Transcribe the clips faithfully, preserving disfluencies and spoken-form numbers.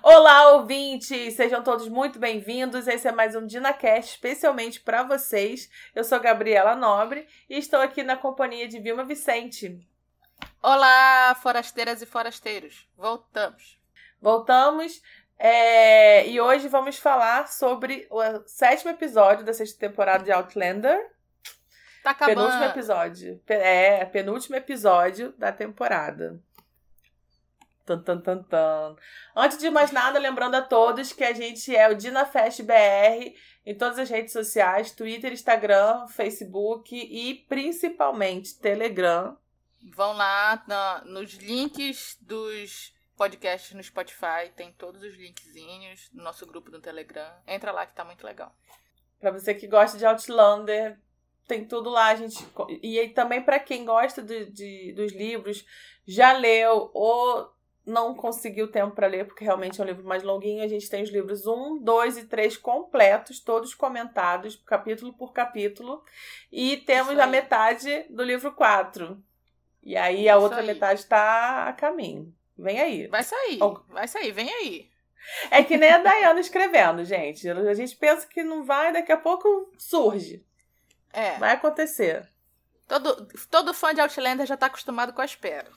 Olá, ouvintes! Sejam todos muito bem-vindos. Esse é mais um DinaCast especialmente para vocês. Eu sou Gabriela Nobre e estou aqui na companhia de Vilma Vicente. Olá, forasteiras e forasteiros. Voltamos. Voltamos é... e hoje vamos falar sobre o sétimo episódio da sexta temporada de Outlander. Tá acabando. Penúltimo episódio. É, penúltimo episódio da temporada. Tan, tan, tan, tan. Antes de mais nada, lembrando a todos que a gente é o DinaFest B R em todas as redes sociais, Twitter, Instagram, Facebook e principalmente Telegram. Vão lá na, nos links dos podcasts no Spotify, tem todos os linkzinhos no nosso grupo do Telegram. Entra lá que tá muito legal. Pra você que gosta de Outlander, tem tudo lá, gente. E aí, também para quem gosta de, de, dos livros, já leu ou não conseguiu tempo para ler, porque realmente é um livro mais longuinho, a gente tem os livros um, dois e três completos, todos comentados, capítulo por capítulo. E temos a metade do livro quatro. E aí a Isso outra aí. metade tá a caminho. Vem aí. Vai sair, Oh. vai sair, vem aí. É que nem a Dayana escrevendo, gente. A gente pensa que não vai, daqui a pouco surge. É. Vai acontecer. Todo, todo fã de Outlander já tá acostumado com a espera.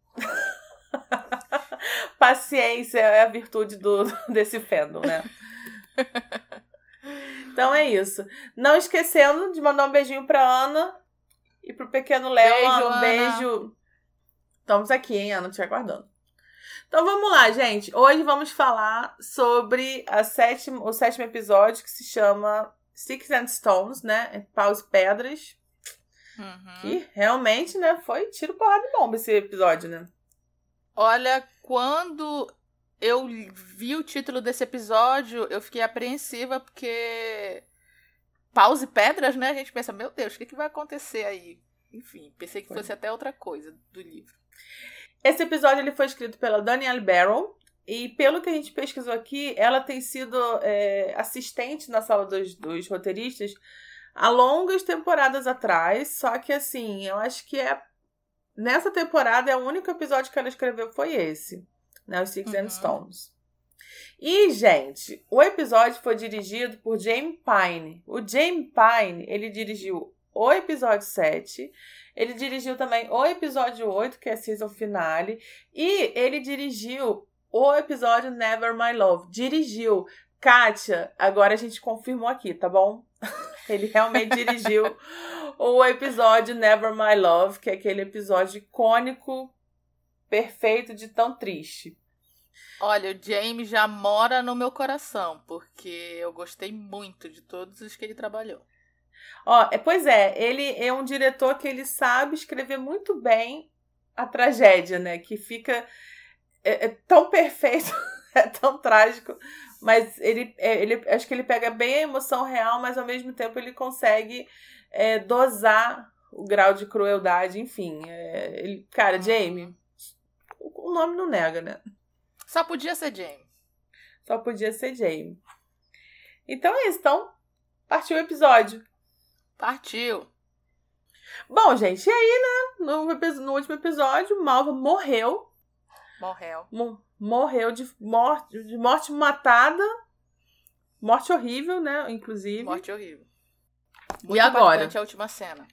Paciência é a virtude do, desse fandom, né? Então é isso. Não esquecendo de mandar um beijinho pra Ana e pro pequeno Léo. Beijo, Ana, um Ana. beijo. Estamos aqui, hein, Ana, te aguardando. Então vamos lá, gente. Hoje vamos falar sobre a sétimo, o sétimo episódio, que se chama Sticks and Stones, né? Paus e Pedras. Uhum. Que realmente, né, foi tiro, porrada e bomba esse episódio, né? Olha, quando eu vi o título desse episódio, eu fiquei apreensiva, porque paus e pedras, né? A gente pensa, meu Deus, o que, que vai acontecer aí? Enfim, pensei que fosse até outra coisa do livro. Esse episódio ele foi escrito pela Danielle Barrow, e pelo que a gente pesquisou aqui, ela tem sido é, assistente na sala dos, dos roteiristas há longas temporadas atrás, só que assim, eu acho que é nessa temporada é o único episódio que ela escreveu foi esse, né, os Sticks Uhum. and Stones. E, gente, o episódio foi dirigido por James Pine. O James Pine, ele dirigiu o episódio sete, ele dirigiu também o episódio oito, que é a season finale, e ele dirigiu o episódio Never My Love. Dirigiu. Kátia, agora a gente confirmou aqui, tá bom? Ele realmente dirigiu o episódio Never My Love, que é aquele episódio icônico, perfeito de tão triste. Olha, o James já mora no meu coração, porque eu gostei muito de todos os que ele trabalhou. Ó, é, pois é, ele é um diretor que ele sabe escrever muito bem a tragédia, né? Que fica é, é tão perfeito, é tão trágico, mas ele, é, ele acho que ele pega bem a emoção real, mas ao mesmo tempo ele consegue é, dosar o grau de crueldade, enfim. É, ele, cara, Jamie, o nome não nega, né? Só podia ser James. Só podia ser Jamie. Então é isso, então partiu o episódio. Partiu. Bom, gente, e aí, né? No, no último episódio, Malva morreu. Morreu. Mo- morreu de morte, de morte matada. Morte horrível, né? Inclusive. Morte horrível. E agora? Impactante a última cena.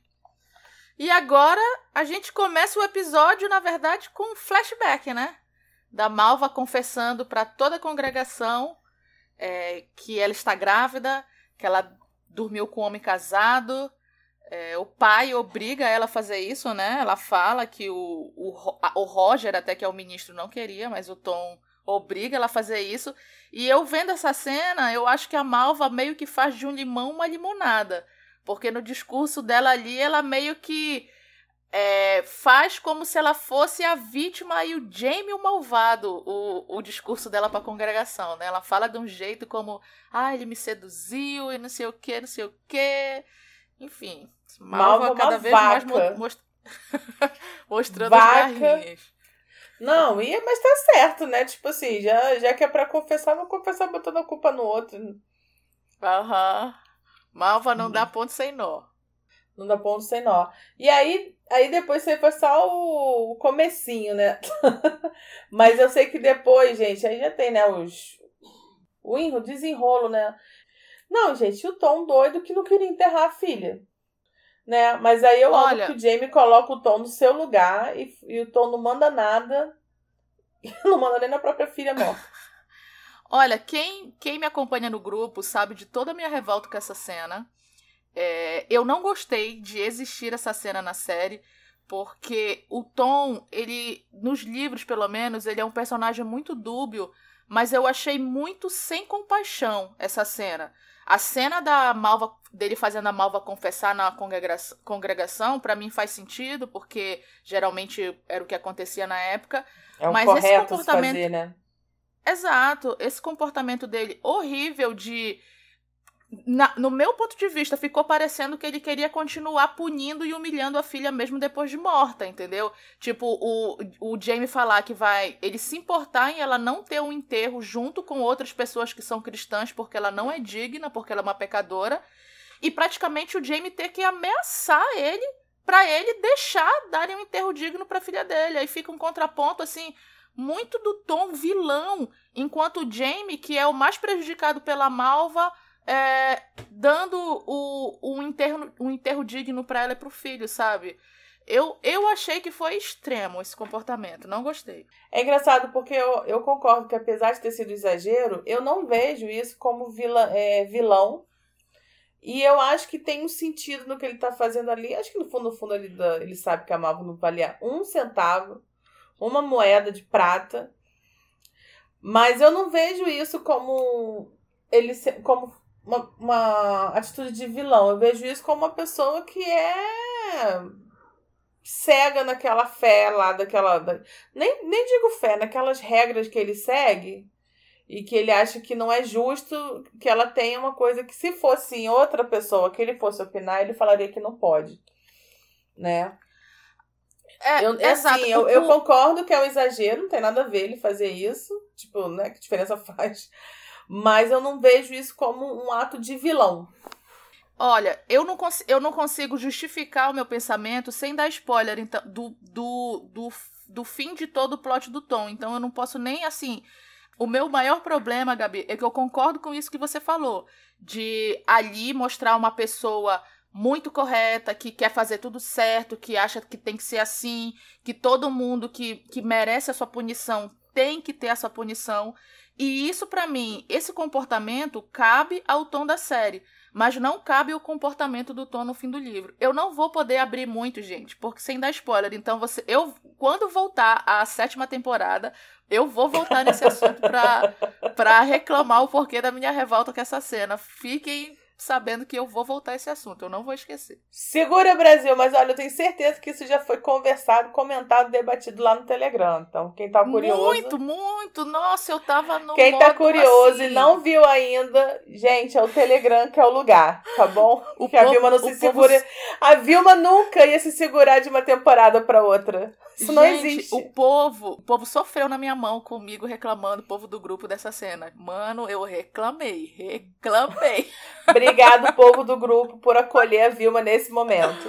E agora a gente começa o episódio, na verdade, com um flashback, né? Da Malva confessando para toda a congregação é, que ela está grávida, que ela dormiu com um homem casado. É, o pai obriga ela a fazer isso, né? Ela fala que o, o, o Roger, até que é o ministro, não queria, mas o Tom obriga ela a fazer isso. E eu vendo essa cena, eu acho que a Malva meio que faz de um limão uma limonada. Porque no discurso dela ali, ela meio que é, faz como se ela fosse a vítima e o Jaime o malvado, o, o discurso dela para a congregação, né? Ela fala de um jeito como, ah, ele me seduziu e não sei o que, não sei o que. Enfim, Malva, Malva cada uma vez vaca. mais mo- most... mostrando Vaca. as garrinhas. Não, e, mas tá certo, né? Tipo assim, já, já que é pra confessar, vou confessar botando a culpa no outro. Aham. Malva não dá ponto sem nó. Não dá ponto sem nó. E aí, aí depois você foi só o, o comecinho, né? Mas eu sei que depois, gente, aí já tem, né, os... O, o desenrolo, né? Não, gente, o Tom doido que não queria enterrar a filha. Né? Mas aí eu Olha, amo que o Jamie coloca o Tom no seu lugar e, e o Tom não manda nada. Não manda nem na própria filha morta. Olha, quem, quem me acompanha no grupo sabe de toda a minha revolta com essa cena. É, eu não gostei de existir essa cena na série, porque o Tom, ele, nos livros pelo menos, ele é um personagem muito dúbio, mas eu achei muito sem compaixão essa cena. A cena da Malva, dele fazendo a Malva confessar na congregação, congregação para mim faz sentido, porque geralmente era o que acontecia na época. É o mas correto esse comportamento, fazer, né? Exato, esse comportamento dele horrível de... Na, no meu ponto de vista, ficou parecendo que ele queria continuar punindo e humilhando a filha mesmo depois de morta, entendeu? Tipo, o, o Jamie falar que vai... Ele se importar em ela não ter um enterro junto com outras pessoas que são cristãs porque ela não é digna, porque ela é uma pecadora. E praticamente o Jamie ter que ameaçar ele pra ele deixar darem um enterro digno pra filha dele. Aí fica um contraponto, assim, muito do tom vilão. Enquanto o Jamie, que é o mais prejudicado pela Malva... É, dando o, o enterro, um enterro digno pra ela e pro filho, sabe? Eu, eu achei que foi extremo esse comportamento, não gostei. É engraçado porque eu, eu concordo que apesar de ter sido exagero, eu não vejo isso como vila, é, vilão. E eu acho que tem um sentido no que ele tá fazendo ali. Acho que no fundo, no fundo ele, ele sabe que a Malva não valia um centavo, uma moeda de prata. Mas eu não vejo isso como ele como Uma, uma atitude de vilão. Eu vejo isso como uma pessoa que é cega naquela fé lá, daquela... Da... Nem, nem digo fé, naquelas regras que ele segue e que ele acha que não é justo que ela tenha uma coisa que, se fosse outra pessoa que ele fosse opinar, ele falaria que não pode. Né? É, eu, é exato. Assim, eu, eu concordo que é um exagero, não tem nada a ver ele fazer isso. Tipo, né? Que diferença faz... Mas eu não vejo isso como um ato de vilão. Olha, eu não, cons- eu não consigo justificar o meu pensamento sem dar spoiler então, do, do, do, do fim de todo o plot do Tom. Então eu não posso nem, assim... O meu maior problema, Gabi, é que eu concordo com isso que você falou. De ali mostrar uma pessoa muito correta, que quer fazer tudo certo, que acha que tem que ser assim, que todo mundo que, que merece a sua punição tem que ter a sua punição. E isso, pra mim, esse comportamento cabe ao Tom da série, mas não cabe o comportamento do Tom no fim do livro. Eu não vou poder abrir muito, gente, porque sem dar spoiler. Então, você, eu, quando voltar à sétima temporada, eu vou voltar nesse assunto pra, pra reclamar o porquê da minha revolta com essa cena. Fiquem sabendo que eu vou voltar a esse assunto, eu não vou esquecer. Segura, Brasil, mas olha, eu tenho certeza que isso já foi conversado, comentado, debatido lá no Telegram. Então, quem tá curioso... Muito, muito! Nossa, eu tava no Quem tá modo curioso assim... e não viu ainda, gente, é o Telegram que é o lugar, tá bom? O que a povo, Vilma não se o segura... Povo... A Vilma nunca ia se segurar de uma temporada pra outra. Isso Gente, não existe. o povo, o povo sofreu na minha mão comigo reclamando, o povo do grupo dessa cena. Mano, eu reclamei, reclamei. Obrigado, povo do grupo, por acolher a Vilma nesse momento.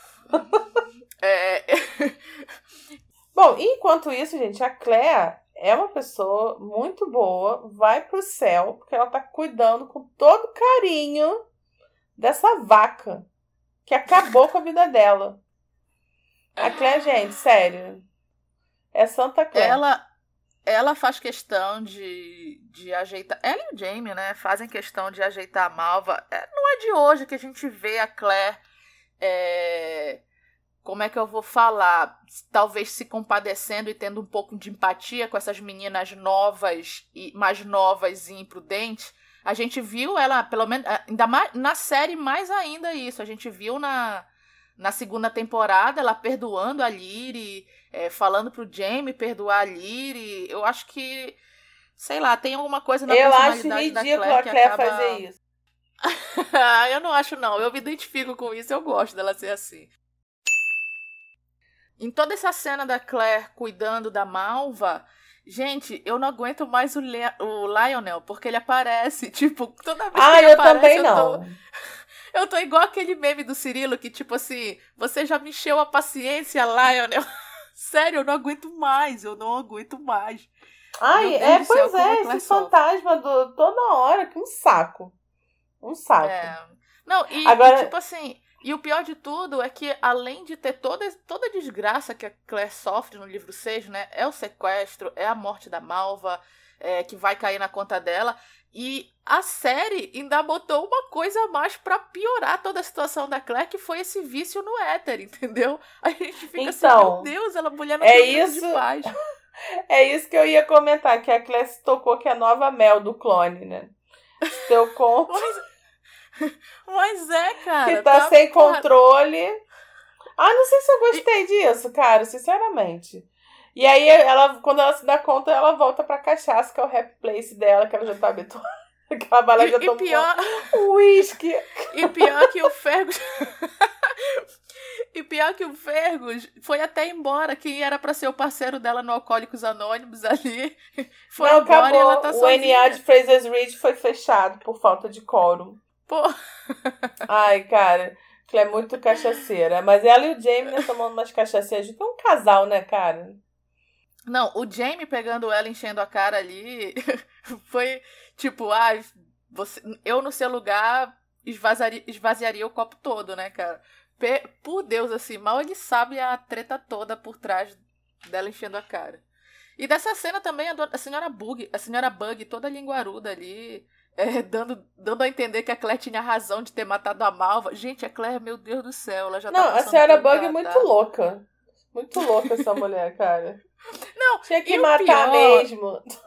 É... Bom, enquanto isso, gente, a Claire é uma pessoa muito boa, vai pro céu, porque ela tá cuidando com todo carinho dessa vaca que acabou com a vida dela. A Claire, gente, sério, é Santa Claire. Ela, ela faz questão de, de ajeitar... Ela e o Jamie, né, fazem questão de ajeitar a Malva. É, não é de hoje que a gente vê a Claire... É... Como é que eu vou falar? Talvez se compadecendo e tendo um pouco de empatia com essas meninas novas, e mais novas e imprudentes. A gente viu ela, pelo menos, ainda mais, na série mais ainda isso. A gente viu na, na segunda temporada ela perdoando a Lyri, é, falando pro Jamie perdoar a Lyri. Eu acho que, sei lá, tem alguma coisa na eu personalidade da Claire que acaba... Eu acho ridículo a Claire fazer isso. Eu não acho, não. Eu me identifico com isso, eu gosto dela ser assim. Em toda essa cena da Claire cuidando da Malva, gente, eu não aguento mais o, Le- o Lionel, porque ele aparece, tipo, toda vez ah, que ele eu aparece, também eu não. tô... Eu tô igual aquele meme do Cirilo que, tipo assim, você já me encheu a paciência, Lionel. Sério, eu não aguento mais, eu não aguento mais. Ai, é, pois é, esse fantasma do, toda hora, que um saco. Um saco. É. Não, e, Agora... e tipo assim, e o pior de tudo é que, além de ter toda, toda a desgraça que a Claire sofre no livro seis, né? É o sequestro, é a morte da Malva, é, que vai cair na conta dela. E a série ainda botou uma coisa a mais pra piorar toda a situação da Claire, que foi esse vício no éter, entendeu? A gente fica então, assim, meu Deus, ela mulher não é tem isso... de paz. É isso que eu ia comentar, que a Claire se tocou que é a nova Mel do clone, né? Se deu conta. Mas, mas é, cara. Que tá, tá sem porra... controle. Ah, não sei se eu gostei e... disso, cara, sinceramente. E aí, ela, quando ela se dá conta, ela volta pra cachaça, que é o happy place dela, que ela já tá habituada. Aquela bala já tomou pior... uísque. E pior que o Fergus... E pior que o Fergus foi até embora. Quem era pra ser o parceiro dela no Alcoólicos Anônimos ali foi não, embora acabou. E ela tá o sozinha. N A de Fraser's Ridge foi fechado por falta de quórum. Pô. Ai, cara, que é muito cachaceira. Mas ela e o Jamie, né, tomando umas cachaceiras. É um casal, né, cara? Não, o Jamie pegando ela, enchendo a cara ali, foi tipo, ah, você, eu no seu lugar esvaziaria, esvaziaria o copo todo, né, cara? Por Deus, assim, mal ele sabe a treta toda por trás dela enchendo a cara. E dessa cena também a, do, a senhora Bug, a senhora Bug, toda linguaruda ali, é, dando, dando a entender que a Claire tinha razão de ter matado a Malva. Gente, a Claire, meu Deus do céu, ela já não, tá a senhora Bug é muito louca. Muito louca essa mulher, cara. Não, tinha que matar pior... mesmo.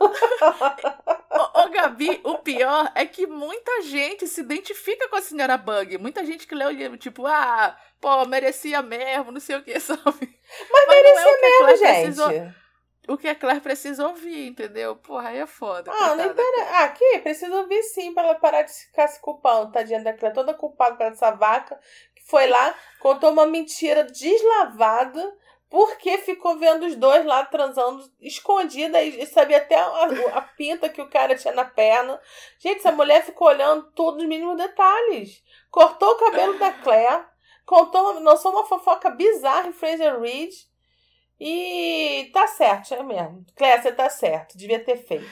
ô, ô, Gabi, o pior é que muita gente se identifica com a senhora Bug. Muita gente que lê o livro, tipo, ah, pô, merecia mesmo, não sei o que, sabe? Mas, Mas merecia é mesmo, gente. Precisou, o que a Claire precisa ouvir, entendeu? Porra, aí é foda. Ah, não interessa. Ah, aqui, precisa ouvir sim, pra ela parar de ficar se culpando, tadinha da Claire, toda culpada por essa vaca, que foi lá, contou uma mentira deslavada, porque ficou vendo os dois lá transando escondida e sabia até a, a pinta que o cara tinha na perna. Gente, essa mulher ficou olhando todos os mínimos detalhes. Cortou o cabelo da Claire, contou, lançou uma fofoca bizarra em Fraser Ridge. E tá certo, é mesmo. Claire, você tá certo. Devia ter feito.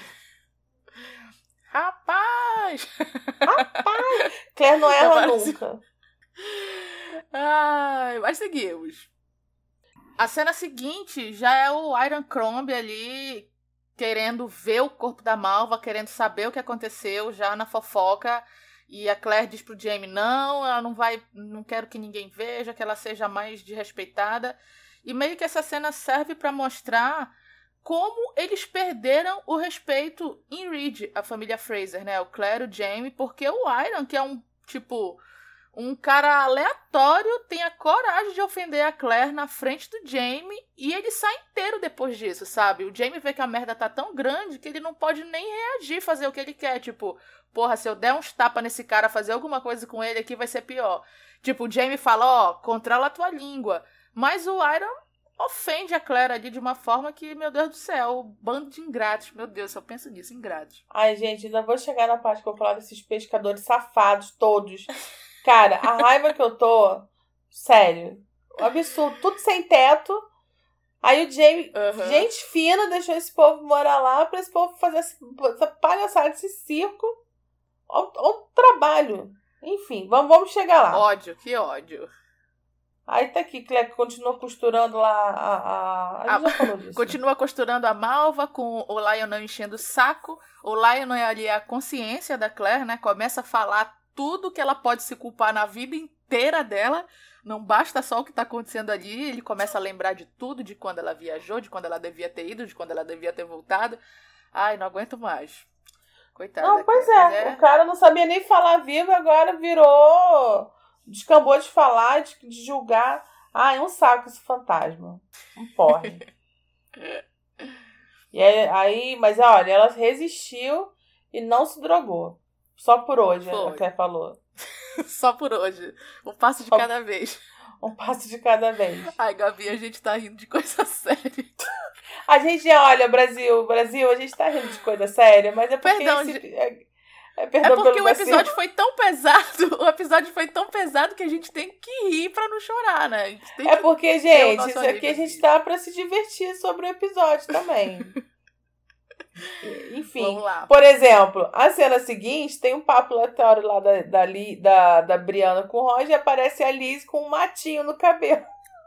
Rapaz! Rapaz! Claire não erra nunca. Ai, mas seguimos. A cena seguinte já é o Ironcrombe ali querendo ver o corpo da Malva, querendo saber o que aconteceu já na fofoca. E a Claire diz pro Jamie, não, ela não vai, não quero que ninguém veja, que ela seja mais desrespeitada. E meio que essa cena serve para mostrar como eles perderam o respeito em Reed, a família Fraser, né? O Claire, o Jamie, porque o Iron, que é um, tipo... um cara aleatório tem a coragem de ofender a Claire na frente do Jamie e ele sai inteiro depois disso, sabe? O Jamie vê que a merda tá tão grande que ele não pode nem reagir, fazer o que ele quer. Tipo, porra, se eu der uns tapas nesse cara, fazer alguma coisa com ele aqui vai ser pior. Tipo, o Jamie fala, ó, oh, controla a tua língua. Mas o Iron ofende a Claire ali de uma forma que, meu Deus do céu, bando de ingratos. Meu Deus, só penso nisso, ingratos. Ai, gente, ainda vou chegar na parte que eu vou falar desses pescadores safados todos. Cara, a raiva que eu tô, sério, um absurdo, tudo sem teto. Aí o Jamie, uhum. gente fina, deixou esse povo morar lá pra esse povo fazer essa, essa palhaçada, esse circo. Olha o trabalho. Enfim, vamos, vamos chegar lá. Ódio, que ódio. Aí tá aqui, Claire continua costurando lá a... a... a gente já falou disso. Continua costurando a Malva com o Lionel enchendo o saco. O Lionel ali é a consciência da Claire, né? Começa a falar tudo que ela pode se culpar na vida inteira dela. Não basta só o que tá acontecendo ali. Ele começa a lembrar de tudo, de quando ela viajou, de quando ela devia ter ido, de quando ela devia ter voltado. Ai, não aguento mais. Coitada. Não, pois é. é. O cara não sabia nem falar vivo, agora virou... Descambou de falar, de, de julgar. Ah, é um saco esse fantasma. Um porre. E aí, aí, mas olha, ela resistiu e não se drogou. Só por hoje, Foi. a Claire falou. Só por hoje. Um passo de Só... cada vez. Um passo de cada vez. Ai, Gabi, a gente tá rindo de coisa séria. A gente, olha, Brasil, Brasil, a gente tá rindo de coisa séria, mas é porque Perdão, esse, gente... é, É, é porque o episódio foi tão pesado, o episódio foi tão pesado que a gente tem que rir pra não chorar, né? É porque, gente, isso aqui a gente tá pra se divertir sobre o episódio também. Enfim, por exemplo, a cena seguinte tem um papo aleatório lá da, da, da, da Brianna com o Roger e aparece a Liz com um matinho no cabelo.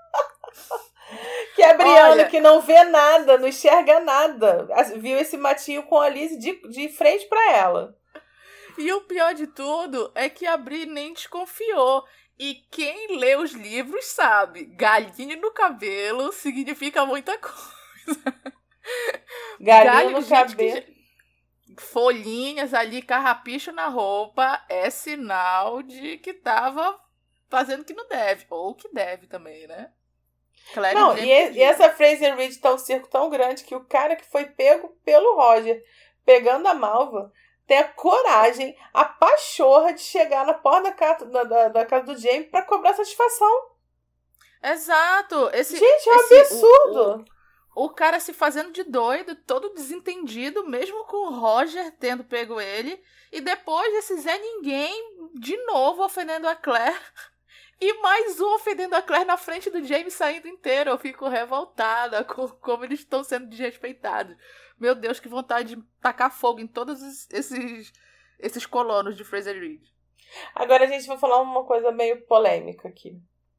Que é a Brianna, olha, que não vê nada, não enxerga nada, viu esse matinho com a Liz de, de frente pra ela. E o pior de tudo é que a Bri nem desconfiou. E quem lê os livros sabe, galinha no cabelo significa muita coisa. Galinha no cabelo. Que, folhinhas ali, carrapicho na roupa, é sinal de que tava fazendo que não deve. Ou que deve também, né? Claro, não, e, e essa Fraser Reed tá um circo tão grande que o cara que foi pego pelo Roger, pegando a Malva, tem a coragem, a pachorra de chegar na porta da casa, da, da, da casa do Jamie pra cobrar satisfação. Exato. Esse, gente, é um esse, absurdo. O, o, o cara se fazendo de doido, todo desentendido, mesmo com o Roger tendo pego ele. E depois esse Zé Ninguém, de novo, ofendendo a Claire. E mais um ofendendo a Claire na frente do James saindo inteiro. Eu fico revoltada com como eles estão sendo desrespeitados. Meu Deus, que vontade de tacar fogo em todos esses, esses colonos de Fraser Reed. Agora a gente vai falar uma coisa meio polêmica aqui.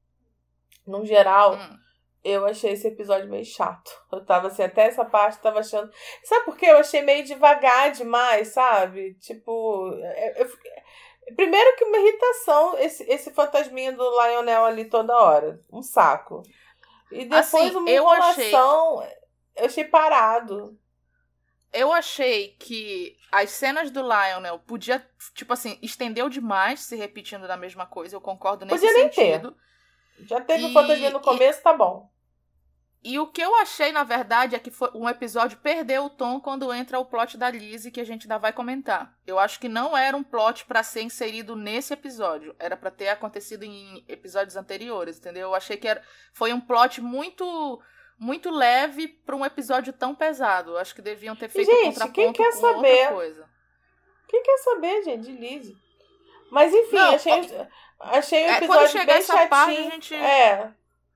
No geral, hum. eu achei esse episódio meio chato. Eu tava assim, até essa parte, tava achando... Sabe por quê? Eu achei meio devagar demais, sabe? Tipo... Eu... Primeiro que uma irritação, esse, esse fantasminha do Lionel ali toda hora. Um saco. E depois assim, uma enrolação... Achei... Eu achei parado. Eu achei que as cenas do Lionel podia, tipo assim, estendeu demais, se repetindo da mesma coisa. Eu concordo nesse podia nem sentido. Ter. Já teve o fantasma no começo, e, tá bom. E o que eu achei, na verdade, é que foi um episódio perdeu o tom quando entra o plot da Lizzie, que a gente ainda vai comentar. Eu acho que não era um plot pra ser inserido nesse episódio. Era pra ter acontecido em episódios anteriores, entendeu? Eu achei que era, foi um plot muito... muito leve para um episódio tão pesado. Acho que deviam ter feito gente, contraponto quem quer com saber? outra coisa. Quem quer saber, gente, de Lizzie? Mas enfim, não, achei, ó, achei o um episódio é, bem chatinho. Parte, a gente... É.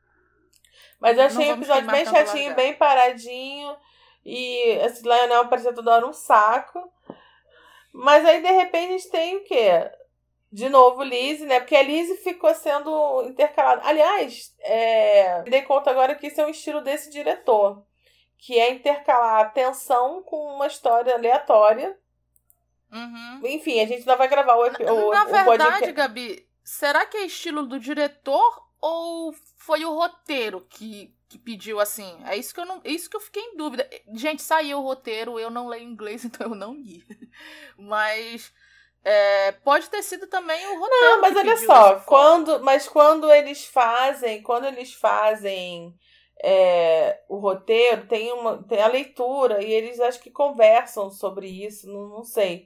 Mas eu achei o um episódio bem chatinho, bem paradinho. E esse Lionel parecia toda hora um saco. Mas aí, de repente, a gente tem o quê? De novo, Lizzie, né? Porque a Lizzie ficou sendo intercalada. Aliás, é... me dei conta agora que isso é um estilo desse diretor. Que é intercalar a tensão com uma história aleatória. Uhum. Enfim, a gente ainda vai gravar o episódio. Na, na o verdade, podcast. Gabi, será que é estilo do diretor ou foi o roteiro que, que pediu assim? É isso que, eu não, é isso que eu fiquei em dúvida. Gente, saiu o roteiro, eu não leio inglês, então eu não li. Mas... É, pode ter sido também o roteiro. Não, mas olha só, quando, mas quando eles fazem, quando eles fazem é, o roteiro, tem, uma, tem a leitura e eles acho que conversam sobre isso, não, não sei.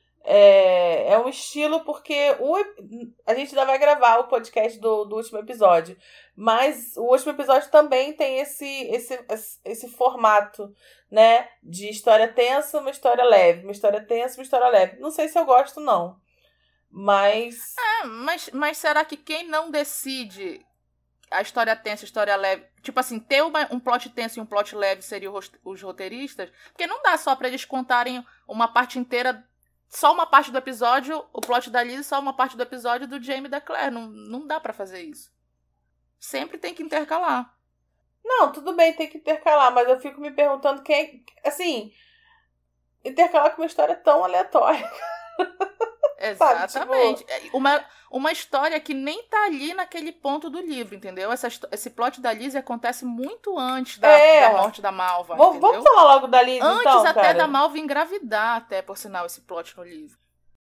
É, é um estilo porque o, a gente ainda vai gravar o podcast do, do último episódio, mas o último episódio também tem esse, esse, esse formato, né, de história tensa, uma história leve, uma história tensa, uma história leve. Não sei se eu gosto, não. Mas... É, mas, mas será que quem não decide a história tensa, a história leve... Tipo assim, ter uma, um plot tenso e um plot leve seriam os, os roteiristas? Porque não dá só pra eles contarem uma parte inteira... Só uma parte do episódio, o plot da Liz, só uma parte do episódio do Jamie e da Claire. Não, não dá pra fazer isso. Sempre tem que intercalar. Não, tudo bem, tem que intercalar, mas eu fico me perguntando quem... Assim, intercalar com uma história tão aleatória. Exatamente. Sabe, tipo... uma, uma história que nem tá ali naquele ponto do livro, entendeu? Essa, esse plot da Liz acontece muito antes da, é. da morte da Malva, v- entendeu? Vamos falar logo da Liz, antes então, até cara. da Malva engravidar, até, por sinal, esse plot no livro.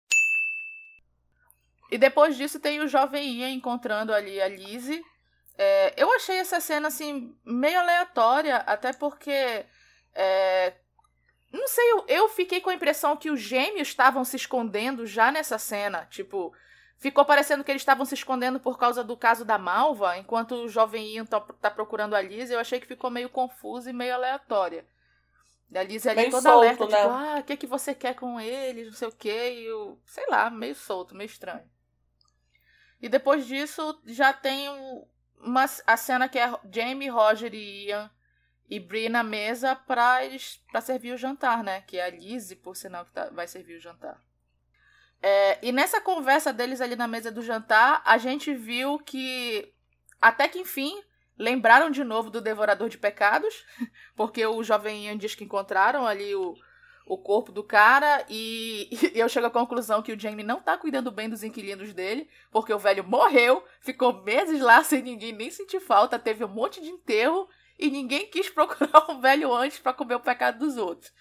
E depois disso tem o jovem Ian encontrando ali a Lizzie. É, eu achei essa cena, assim, meio aleatória, até porque... É, não sei, eu, eu fiquei com a impressão que os gêmeos estavam se escondendo já nessa cena. Tipo, ficou parecendo que eles estavam se escondendo por causa do caso da Malva, enquanto o jovem Ian tá, tá procurando a Lizzie. Eu achei que ficou meio confuso e meio aleatória. A Liz ali meio toda solto, alerta, né? tipo, ah, o que, que você quer com eles, não sei o quê, e eu, sei lá, meio solto, meio estranho. E depois disso, já tem uma, a cena que é Jamie, Roger e Ian e Bree na mesa pra, eles, pra servir o jantar, né? Que é a Liz, por sinal, que tá, vai servir o jantar. É, e nessa conversa deles ali na mesa do jantar, a gente viu que, até que enfim, lembraram de novo do Devorador de Pecados, porque o jovem Ian diz que encontraram ali o, o corpo do cara, e, e eu chego à conclusão que o Jamie não tá cuidando bem dos inquilinos dele, porque o velho morreu, ficou meses lá sem ninguém nem sentir falta, teve um monte de enterro, e ninguém quis procurar o velho antes pra comer o pecado dos outros.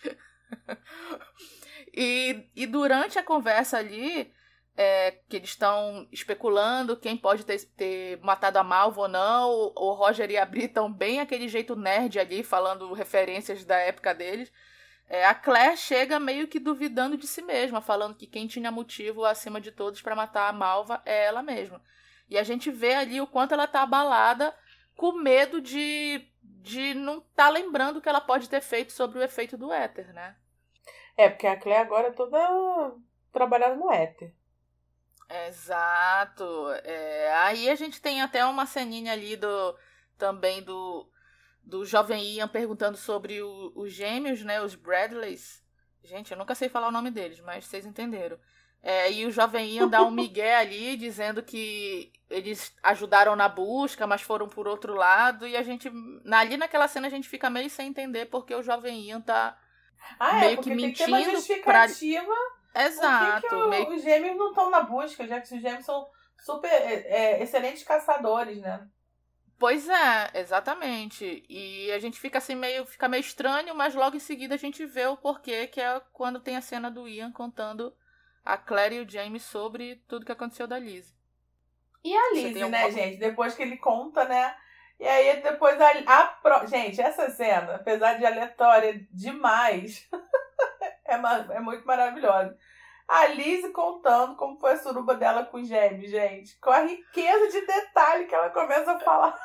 E, e durante a conversa ali, é, que eles estão especulando quem pode ter, ter matado a Malva ou não, o, o Roger e a Bree estão bem aquele jeito nerd ali, falando referências da época deles. É, a Claire chega meio que duvidando de si mesma, falando que quem tinha motivo acima de todos para matar a Malva é ela mesma. E a gente vê ali o quanto ela tá abalada, com medo de, de não estar tá lembrando o que ela pode ter feito sobre o efeito do éter, né? É, porque a Claire agora é toda trabalhada no éter. Exato. É, aí a gente tem até uma ceninha ali do, também do, do jovem Ian perguntando sobre o, os gêmeos, né? Os Bradleys. Gente, eu nunca sei falar o nome deles, mas vocês entenderam. É, e o jovem Ian dá um migué ali, dizendo que eles ajudaram na busca, mas foram por outro lado. E a gente, ali naquela cena, a gente fica meio sem entender porque o jovem Ian tá... Ah, meio é, porque que tem mentindo que ter uma justificativa. Pra... Exato. Por que, que o, meio... os gêmeos não estão na busca, já que os gêmeos são super é, excelentes caçadores, né? Pois é, exatamente. E a gente fica assim meio, fica meio estranho, mas logo em seguida a gente vê o porquê, que é quando tem a cena do Ian contando a Claire e o Jamie sobre tudo que aconteceu da Liz. E a Liz, né, alguma... gente? Depois que ele conta, né? E aí depois a, a pro... Gente, essa cena, apesar de aleatória demais, é, é muito maravilhosa. A Liz contando como foi a suruba dela com o Gêmeos, gente. Com a riqueza de detalhe que ela começa a falar.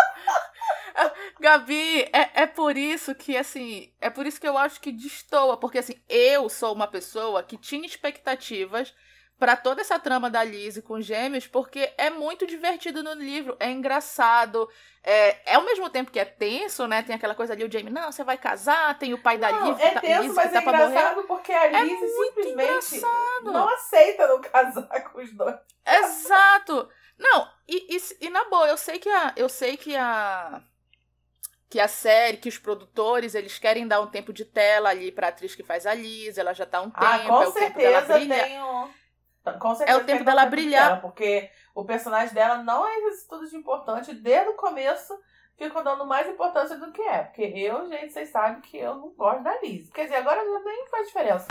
Gabi, é, é por isso que, assim, é por isso que eu acho que destoa, porque, assim, eu sou uma pessoa que tinha expectativas pra toda essa trama da Liz com Gêmeos, porque é muito divertido no livro, é engraçado, é, é ao mesmo tempo que é tenso, né, tem aquela coisa ali, o Jamie, não, você vai casar, tem o pai da Liz, é tá, tenso, Liz, mas que tá é pra morrer. engraçado porque a Liz é simplesmente engraçado. não aceita não casar com os dois. Exato! Não, e, e, e na boa, eu sei que a... Eu sei que a... que a série, que os produtores, eles querem dar um tempo de tela ali pra atriz que faz a Liz, ela já tá um tempo, ah, com é o tempo dela brilhar. Tem um... Com certeza é o tempo dela tempo brilhar. Dela, porque o personagem dela não é isso tudo de importante. Desde o começo, ficam dando mais importância do que é. Porque eu, gente, vocês sabem que eu não gosto da Liz. Quer dizer, agora nem faz diferença.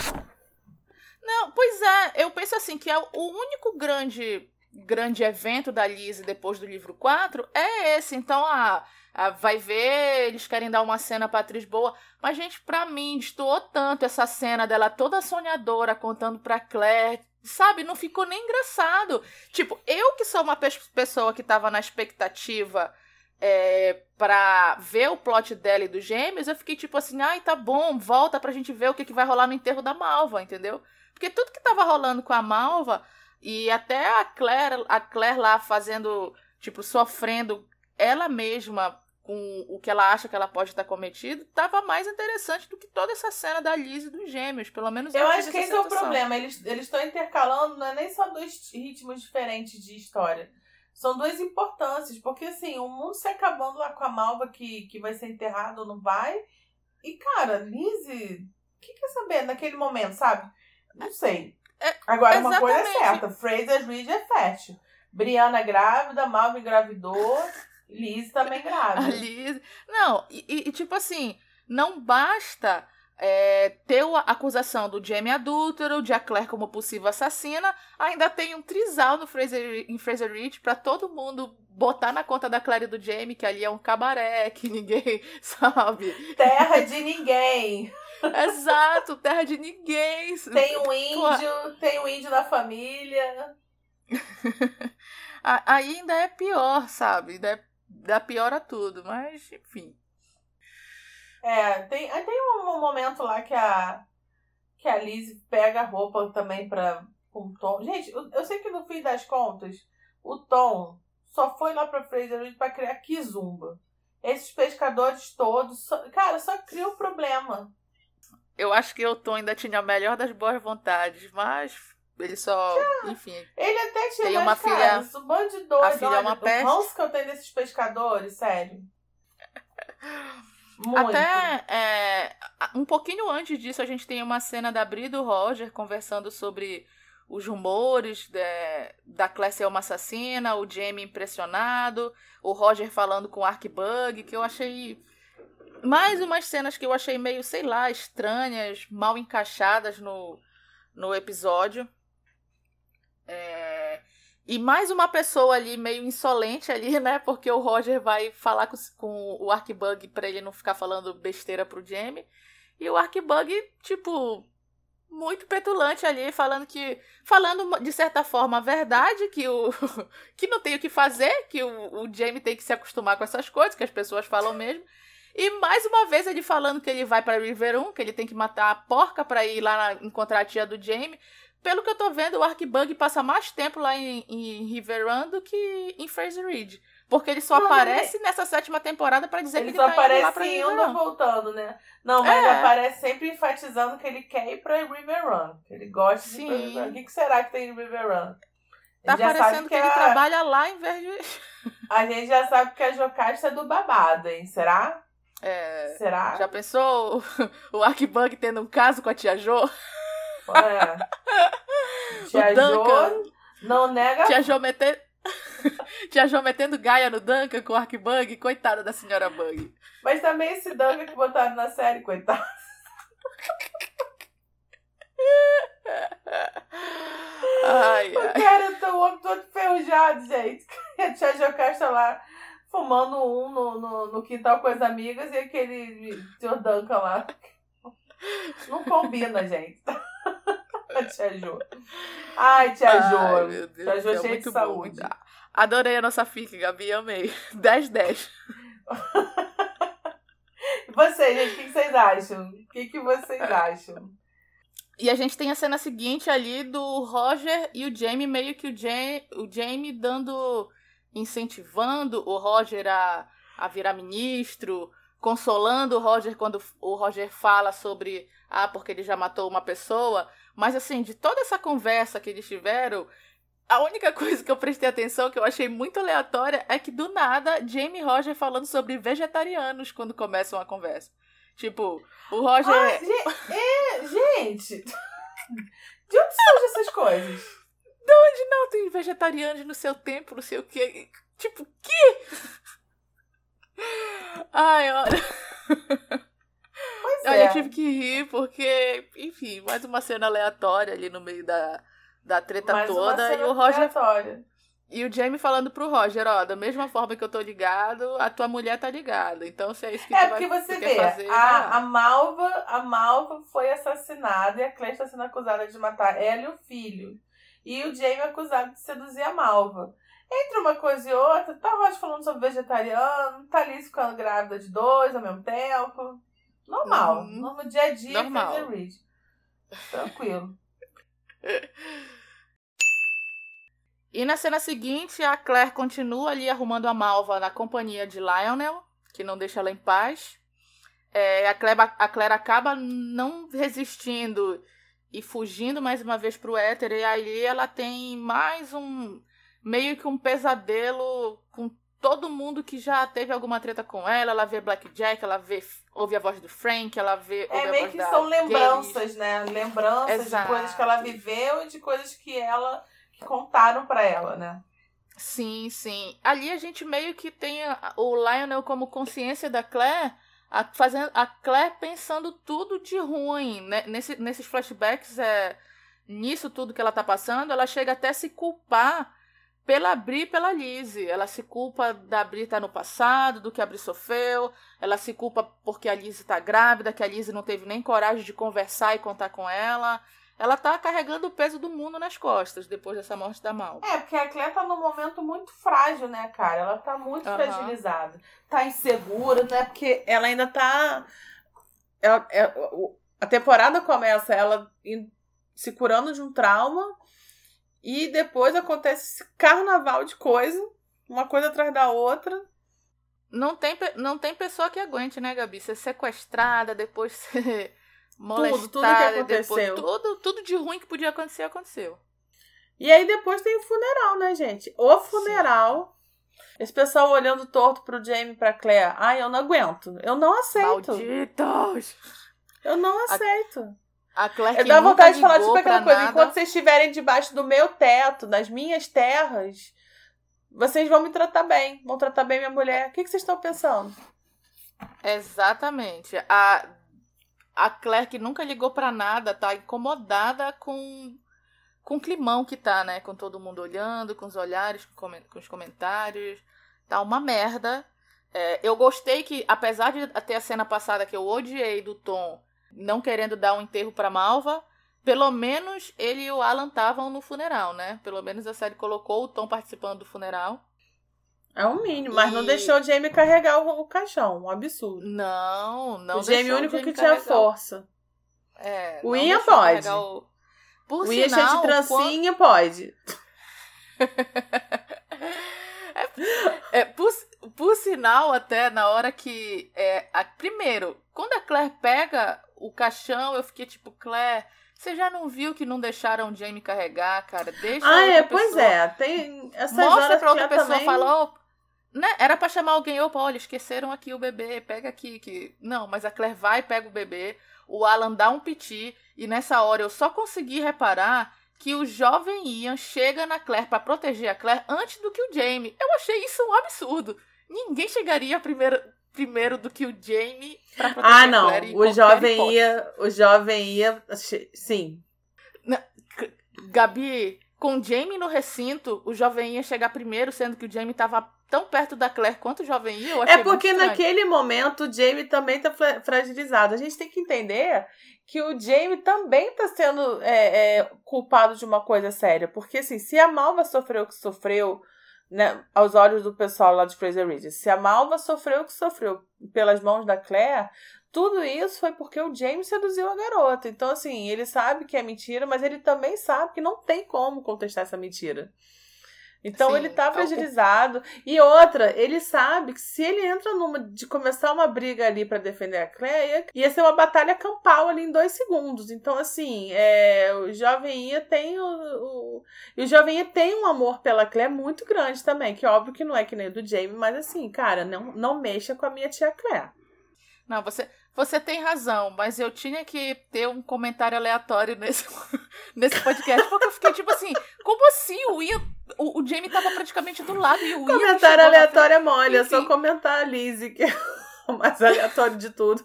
Não, pois é, eu penso assim, que é o único grande... grande evento da Liz depois do livro quatro é esse. Então, ah, ah, vai ver, eles querem dar uma cena pra atriz boa. Mas, gente, pra mim, destoou tanto essa cena dela toda sonhadora, contando pra Claire, sabe? Não ficou nem engraçado. Tipo, eu que sou uma pe- pessoa que tava na expectativa é, pra ver o plot dela e dos Gêmeos, eu fiquei tipo assim, ai, tá bom, volta pra gente ver o que, que vai rolar no enterro da Malva, entendeu? Porque tudo que tava rolando com a Malva... E até a Claire, a Claire lá fazendo, tipo, sofrendo ela mesma com o que ela acha que ela pode estar cometido, tava mais interessante do que toda essa cena da Liz e dos Gêmeos, pelo menos eu acho que esse é o problema, eles estão intercalando, não é nem só dois ritmos diferentes de história, são duas importâncias, porque assim, o mundo se acabando lá com a Malva que, que vai ser enterrada ou não vai, e cara, Liz, o que quer saber naquele momento, sabe? Não sei. É, Agora, exatamente. Uma coisa é certa, Fraser Reed é fértil. Brianna grávida, Malva engravidou, Liz também grávida. A Liz... Não, e, e tipo assim, não basta é, ter a acusação do Jamie adúltero, de a Claire como possível assassina, ainda tem um trisal no Fraser, em Fraser Reed pra todo mundo botar na conta da Claire e do Jamie que ali é um cabaré, que ninguém sabe. Terra de ninguém. Exato, terra de ninguém. Tem um índio, tem um índio na família. Ainda é pior, sabe? Ainda, é, ainda piora tudo, mas enfim. É, tem, tem um um momento lá que a, que a Liz pega a roupa também pra, com o Tom. Gente, eu, eu sei que no fim das contas, o Tom só foi lá pra Fraser Ridge pra criar Kizumba. Esses pescadores todos, só, cara, só cria um problema. Eu acho que o Tom ainda tinha a melhor das boas vontades, mas ele só, Já. enfim... Ele até tinha, tem mas, uma cara, filha, um bando de doido. a filha é uma o peste. ranço que eu tenho desses pescadores, sério. Muito. Até é, um pouquinho antes disso, a gente tem uma cena da Bri e do Roger conversando sobre os rumores de, da Claire ser uma assassina, o Jamie impressionado, o Roger falando com o Arkbug, que eu achei... Mais umas cenas que eu achei meio, sei lá, estranhas, mal encaixadas no, no episódio. É... E mais uma pessoa ali meio insolente ali, né? Porque o Roger vai falar com, com o Arkbug pra ele não ficar falando besteira pro Jamie. E o Arkbug, tipo, muito petulante ali, falando que... Falando, de certa forma, a verdade, que, o, que não tem o que fazer, que o, o Jamie tem que se acostumar com essas coisas, que as pessoas falam mesmo. E mais uma vez ele falando que ele vai pra River um, que ele tem que matar a porca pra ir lá na, encontrar a tia do Jamie. Pelo que eu tô vendo, o Arkbug passa mais tempo lá em, em River um do que em Fraser Ridge. Porque ele só não, aparece ele... nessa sétima temporada pra dizer ele que ele tá indo lá pra River River Ele só um. aparece voltando, né? Não, mas é. ele aparece sempre enfatizando que ele quer ir pra River um. Que ele gosta Sim. de ir pra River um. O que, que será que tem em River um? Tá parecendo que, que ele a... trabalha lá em vez de... A gente já sabe que a Jocasta é do babado, hein? Será? É, Será? Já pensou o, o Arkbug tendo um caso com a tia Jo? É. Tia Jo não nega. Tia Jo metendo, tia Jo metendo gaia no Duncan com o Arkbug, coitada da senhora Bug. Mas também esse Duncan que botaram na série, coitado. Ai, o ai. cara tá o homem todo enferrujado, gente. A tia Jocasta lá fumando um no, no, no quintal com as amigas e aquele tio Duncan lá. Não combina, gente. A tia Jo. Ai, tia Jo. Ai, meu Deus, tia Jo é cheia muito de saúde. Bom. Adorei a nossa fic, Gabi, amei. dez dez. E vocês, gente, o que vocês acham? O que, que vocês acham? E a gente tem a cena seguinte ali do Roger e o Jamie, meio que o, Jam- o Jamie dando... incentivando o Roger a, a virar ministro, consolando o Roger quando o Roger fala sobre, ah, porque ele já matou uma pessoa. Mas, assim, de toda essa conversa que eles tiveram, a única coisa que eu prestei atenção, que eu achei muito aleatória, é que, do nada, Jamie e Roger falando sobre vegetarianos quando começam a conversa. Tipo, o Roger... Ai, ge- é, gente! De onde surgem essas coisas? De onde não tem vegetarianos no seu tempo, não sei o quê. Tipo, que? Ai, olha. Pois olha, é. eu tive que rir porque, enfim, mais uma cena aleatória ali no meio da, da treta Mais uma toda. cena E o Roger. aleatória. E o Jamie falando pro Roger, ó, da mesma forma que eu tô ligado, a tua mulher tá ligada. Então, se é isso que É, tu porque vai, você tu vê, quer fazer... a, a, Malva, a Malva foi assassinada e a Claire está sendo acusada de matar ela e o filho. E o Jamie é acusado de seduzir a Malva. Entre uma coisa e outra, tá o Roger falando sobre vegetariano, tá ali ficando grávida de dois ao mesmo tempo. Normal. Uhum. No dia a dia, Normal. Fraser Ridge. Tranquilo. E na cena seguinte, a Claire continua ali arrumando a Malva na companhia de Lionel, que não deixa ela em paz. É, a, Claire, a Claire acaba não resistindo e fugindo mais uma vez pro éter, e aí ela tem mais um... meio que um pesadelo com todo mundo que já teve alguma treta com ela. Ela vê Blackjack, ela vê, ouve a voz do Frank, ela vê... É ouve a meio voz que da são lembranças, Gaylis. né? Lembranças Exato. de coisas que ela viveu e de coisas que ela que contaram pra ela, né? Sim, sim. Ali a gente meio que tem a, o Lionel como consciência da Claire, a, fazendo, a Claire pensando tudo de ruim, né? Nesse, nesses flashbacks, é, nisso tudo que ela tá passando, ela chega até a se culpar pela Bri e pela Lizzie. Ela se culpa da Bri estar no passado, do que a Bri sofreu, ela se culpa porque a Lizzie tá grávida, que a Lizzie não teve nem coragem de conversar e contar com ela. Ela tá carregando o peso do mundo nas costas depois dessa morte da Malva. É, porque a Claire tá num momento muito frágil, né, cara? Ela tá muito Uhum. fragilizada. Tá insegura, né? Porque ela ainda tá ela, é, a temporada começa ela se curando de um trauma e depois acontece esse carnaval de coisa, uma coisa atrás da outra. Não tem, não tem pessoa que aguente, né, Gabi? Ser sequestrada, depois ser molestada. Tudo, tudo que aconteceu. Depois, tudo, tudo de ruim que podia acontecer, aconteceu. E aí depois tem o funeral, né, gente? O funeral. Sim. Esse pessoal olhando torto pro Jamie e pra Claire. Ai, eu não aguento. Eu não aceito. Malditos! Eu não aceito. A, a Claire eu que dá vontade de falar, tipo, aquela aquela coisa. Nada. Enquanto vocês estiverem debaixo do meu teto, nas minhas terras, vocês vão me tratar bem. Vão tratar bem minha mulher. O que, que vocês estão pensando? Exatamente. A, a Claire que nunca ligou pra nada, tá incomodada com... com o climão que tá, né? Com todo mundo olhando, com os olhares, com, com os comentários. Tá uma merda. É, eu gostei que, apesar de ter a cena passada que eu odiei do Tom não querendo dar um enterro pra Malva, pelo menos ele e o Alan estavam no funeral, né? Pelo menos a série colocou o Tom participando do funeral. É o mínimo, mas e... não deixou o Jamie carregar o, o caixão. Um absurdo. Não, não o deixou Jamie é o único Jamie que tinha carregar. força. É, o Ian pode. O... Por o Ian sinal, cheio de trancinha quando... pode. é, é, por, por sinal, até na hora que... É, a, primeiro, quando a Claire pega o caixão, eu fiquei tipo, Claire, você já não viu que não deixaram o Jamie carregar, cara? Deixa ah, outra é, pessoa... pois é. Tem essas Mostra horas pra outra que pessoa, também... fala, oh, né? Era pra chamar alguém, opa, olha, esqueceram aqui o bebê, pega aqui. Que... Não, mas a Claire vai e pega o bebê, o Alan dá um piti, e nessa hora eu só consegui reparar que o jovem Ian chega na Claire pra proteger a Claire antes do que o Jamie. Eu achei isso um absurdo. Ninguém chegaria primeiro, primeiro do que o Jamie pra proteger ah, a não. Claire. O jovem Ian, o jovem Ian, sim. Na, Gabi, com o Jamie no recinto, o jovem Ian chegar primeiro, sendo que o Jamie tava tão perto da Claire quanto o jovem Ian. Eu achei é porque muito naquele momento o Jamie também tá fragilizado. A gente tem que entender que o Jamie também tá sendo é, é, culpado de uma coisa séria. Porque, assim, se a Malva sofreu o que sofreu, né, aos olhos do pessoal lá de Fraser Ridge, se a Malva sofreu o que sofreu pelas mãos da Claire, tudo isso foi porque o Jamie seduziu a garota. Então, assim, ele sabe que é mentira, mas ele também sabe que não tem como contestar essa mentira. Então, sim, ele tá fragilizado. E outra, ele sabe que se ele entra numa de começar uma briga ali pra defender a Claire, ia ser uma batalha campal ali em dois segundos. Então, assim, é, o jovem Ian tem o, o, e o jovem Ian tem um amor pela Claire muito grande também, que óbvio que não é que nem o do Jamie, mas assim, cara, não, não mexa com a minha tia Claire. Não, você, você tem razão, mas eu tinha que ter um comentário aleatório nesse, nesse podcast, porque eu fiquei tipo assim, como assim o Ian... O, o Jamie tava praticamente do lado e o Ian... Comentário aleatório é mole, é só comentar a Lizzie, que é o mais aleatório de tudo.